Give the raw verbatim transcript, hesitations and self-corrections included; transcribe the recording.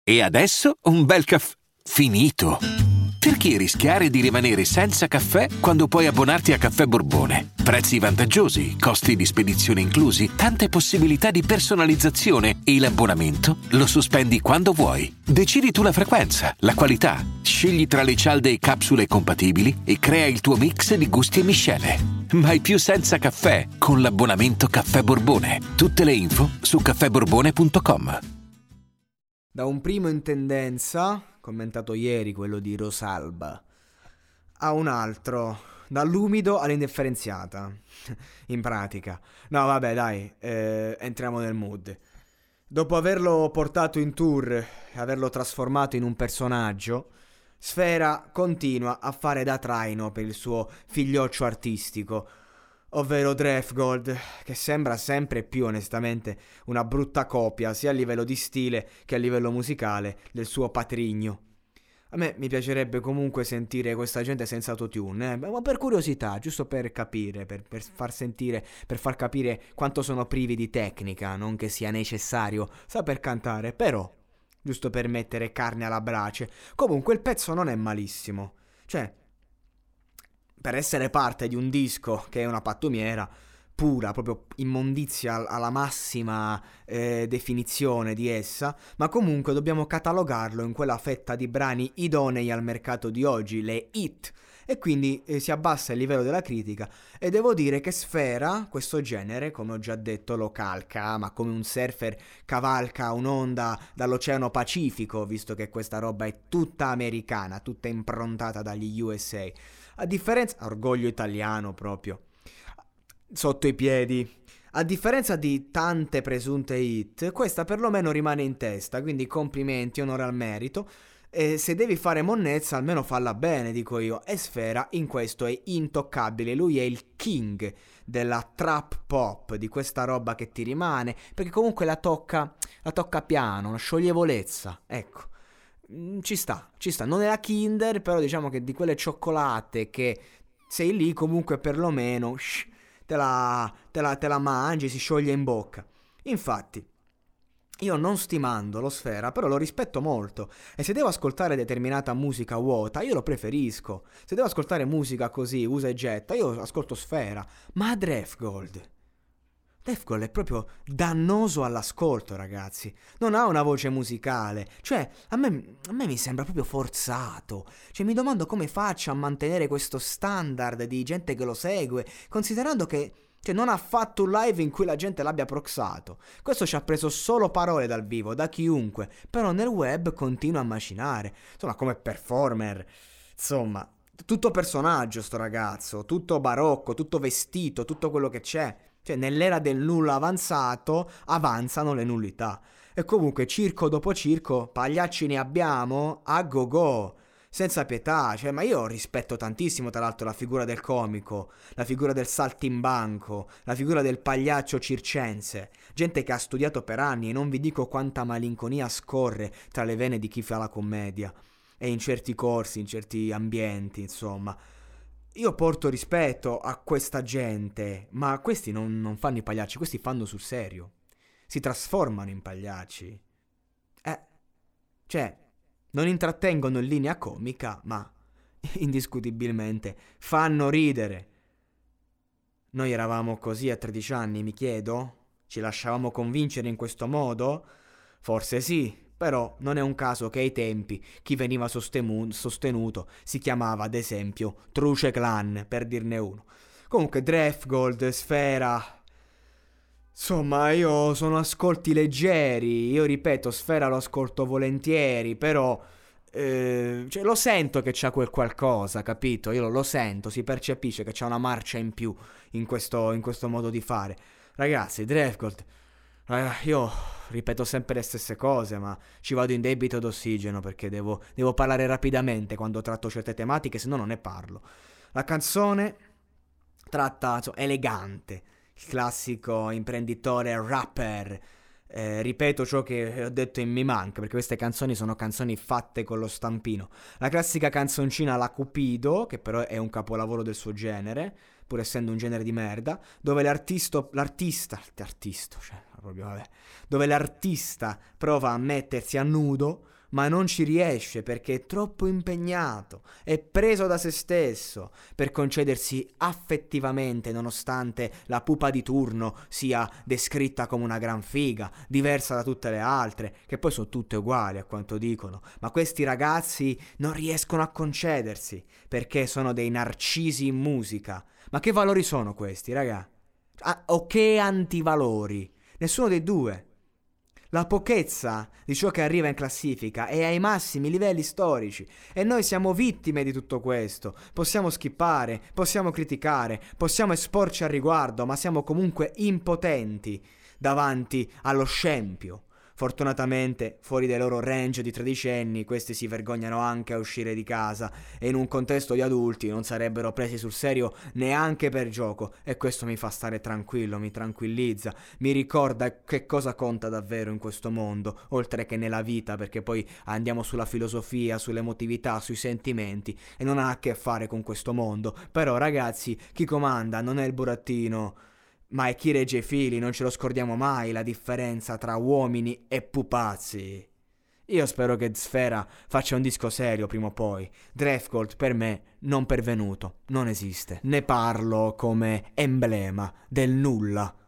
E adesso un bel caffè finito. Perché rischiare di rimanere senza caffè quando puoi abbonarti a Caffè Borbone? Prezzi vantaggiosi, costi di spedizione inclusi, tante possibilità di personalizzazione e l'abbonamento lo sospendi quando vuoi. Decidi tu la frequenza, la qualità, scegli tra le cialde e capsule compatibili e crea il tuo mix di gusti e miscele. Mai più senza caffè con l'abbonamento Caffè Borbone. Tutte le info su caffè borbone punto com. Da un primo in tendenza, commentato ieri, quello di Rosalba, a un altro, dall'umido all'indifferenziata, in pratica. No, vabbè, dai, eh, entriamo nel mood. Dopo averlo portato in tour e averlo trasformato in un personaggio, Sfera continua a fare da traino per il suo figlioccio artistico, ovvero Draftgold, che sembra sempre più onestamente una brutta copia, sia a livello di stile che a livello musicale, del suo patrigno. A me mi piacerebbe comunque sentire questa gente senza autotune, eh? Ma per curiosità, giusto per capire, per, per far sentire, per far capire quanto sono privi di tecnica, non che sia necessario saper cantare, però, giusto per mettere carne alla brace. Comunque il pezzo non è malissimo, cioè, per essere parte di un disco che è una pattumiera pura, proprio immondizia alla massima eh, definizione di essa, ma comunque dobbiamo catalogarlo in quella fetta di brani idonei al mercato di oggi, le hit, e quindi eh, si abbassa il livello della critica. E devo dire che Sfera, questo genere, come ho già detto, lo calca, ma come un surfer cavalca un'onda dall'Oceano Pacifico, visto che questa roba è tutta americana, tutta improntata dagli U S A. A differenza, orgoglio italiano proprio, sotto i piedi. A differenza di tante presunte hit, questa perlomeno rimane in testa, quindi complimenti, onore al merito. E se devi fare monnezza, almeno falla bene, dico io. E Sfera in questo è intoccabile, lui è il king della trap pop, di questa roba che ti rimane, perché comunque la tocca, la tocca piano, una scioglievolezza, ecco. Ci sta, ci sta, non è la Kinder, però diciamo che di quelle cioccolate che sei lì comunque perlomeno shh, te, la, te, la, te la mangi, si scioglie in bocca. Infatti, io non stimando lo Sfera, però lo rispetto molto, e se devo ascoltare determinata musica vuota, io lo preferisco. Se devo ascoltare musica così, usa e getta, io ascolto Sfera. Ma Draftgold... Draftgold è proprio dannoso all'ascolto, ragazzi. Non ha una voce musicale. Cioè, a me, a me mi sembra proprio forzato. Cioè, mi domando come faccia a mantenere questo standard di gente che lo segue, considerando che cioè, non ha fatto un live in cui la gente l'abbia proxato. Questo ci ha preso solo parole dal vivo, da chiunque, però nel web continua a macinare. Insomma, come performer, insomma, tutto personaggio sto ragazzo, tutto barocco, tutto vestito, tutto quello che c'è. Cioè, nell'era del nulla avanzato, avanzano le nullità. E comunque, circo dopo circo, pagliacci ne abbiamo a go go, senza pietà. Cioè, ma io rispetto tantissimo, tra l'altro, la figura del comico, la figura del saltimbanco, la figura del pagliaccio circense. Gente che ha studiato per anni e non vi dico quanta malinconia scorre tra le vene di chi fa la commedia. E in certi corsi, in certi ambienti, insomma... Io porto rispetto a questa gente, ma questi non, non fanno i pagliacci, questi fanno sul serio. Si trasformano in pagliacci. Eh, cioè, non intrattengono in linea comica, ma indiscutibilmente fanno ridere. Noi eravamo così a tredici anni, mi chiedo? Ci lasciavamo convincere in questo modo? Forse sì. Però non è un caso che ai tempi chi veniva sostenu- sostenuto si chiamava ad esempio Truce Clan, per dirne uno. Comunque Draftgold, Sfera... Insomma, io sono ascolti leggeri, io ripeto, Sfera lo ascolto volentieri, però... Eh, cioè, lo sento che c'ha quel qualcosa, capito? Io lo, lo sento, si percepisce che c'ha una marcia in più in questo, in questo modo di fare. Ragazzi, Draftgold... Eh, io ripeto sempre le stesse cose, ma ci vado in debito d'ossigeno perché devo, devo parlare rapidamente quando tratto certe tematiche, se no non ne parlo. La canzone tratta, insomma, elegante, il classico imprenditore rapper. Eh, ripeto ciò che ho detto in Mi Manca, perché queste canzoni sono canzoni fatte con lo stampino. La classica canzoncina La Cupido, che però è un capolavoro del suo genere, pur essendo un genere di merda, dove l'artisto, l'artista, l'artista, cioè, proprio, vabbè, dove l'artista prova a mettersi a nudo, ma non ci riesce perché è troppo impegnato, è preso da se stesso per concedersi affettivamente, nonostante la pupa di turno sia descritta come una gran figa, diversa da tutte le altre, che poi sono tutte uguali a quanto dicono, ma questi ragazzi non riescono a concedersi perché sono dei narcisi in musica. Ma che valori sono questi, raga? Ah, o che antivalori? Nessuno dei due. La pochezza di ciò che arriva in classifica è ai massimi livelli storici e noi siamo vittime di tutto questo. Possiamo skippare, possiamo criticare, possiamo esporci al riguardo, ma siamo comunque impotenti davanti allo scempio. Fortunatamente, fuori dai loro range di tredicenni, questi si vergognano anche a uscire di casa e in un contesto di adulti non sarebbero presi sul serio neanche per gioco, e questo mi fa stare tranquillo, mi tranquillizza, mi ricorda che cosa conta davvero in questo mondo, oltre che nella vita, perché poi andiamo sulla filosofia, sull'emotività, sui sentimenti e non ha a che fare con questo mondo. Però ragazzi, chi comanda non è il burattino, ma è chi regge i fili, non ce lo scordiamo mai la differenza tra uomini e pupazzi. Io spero che Sfera faccia un disco serio prima o poi. Drefgold per me non pervenuto, non esiste. Ne parlo come emblema del nulla.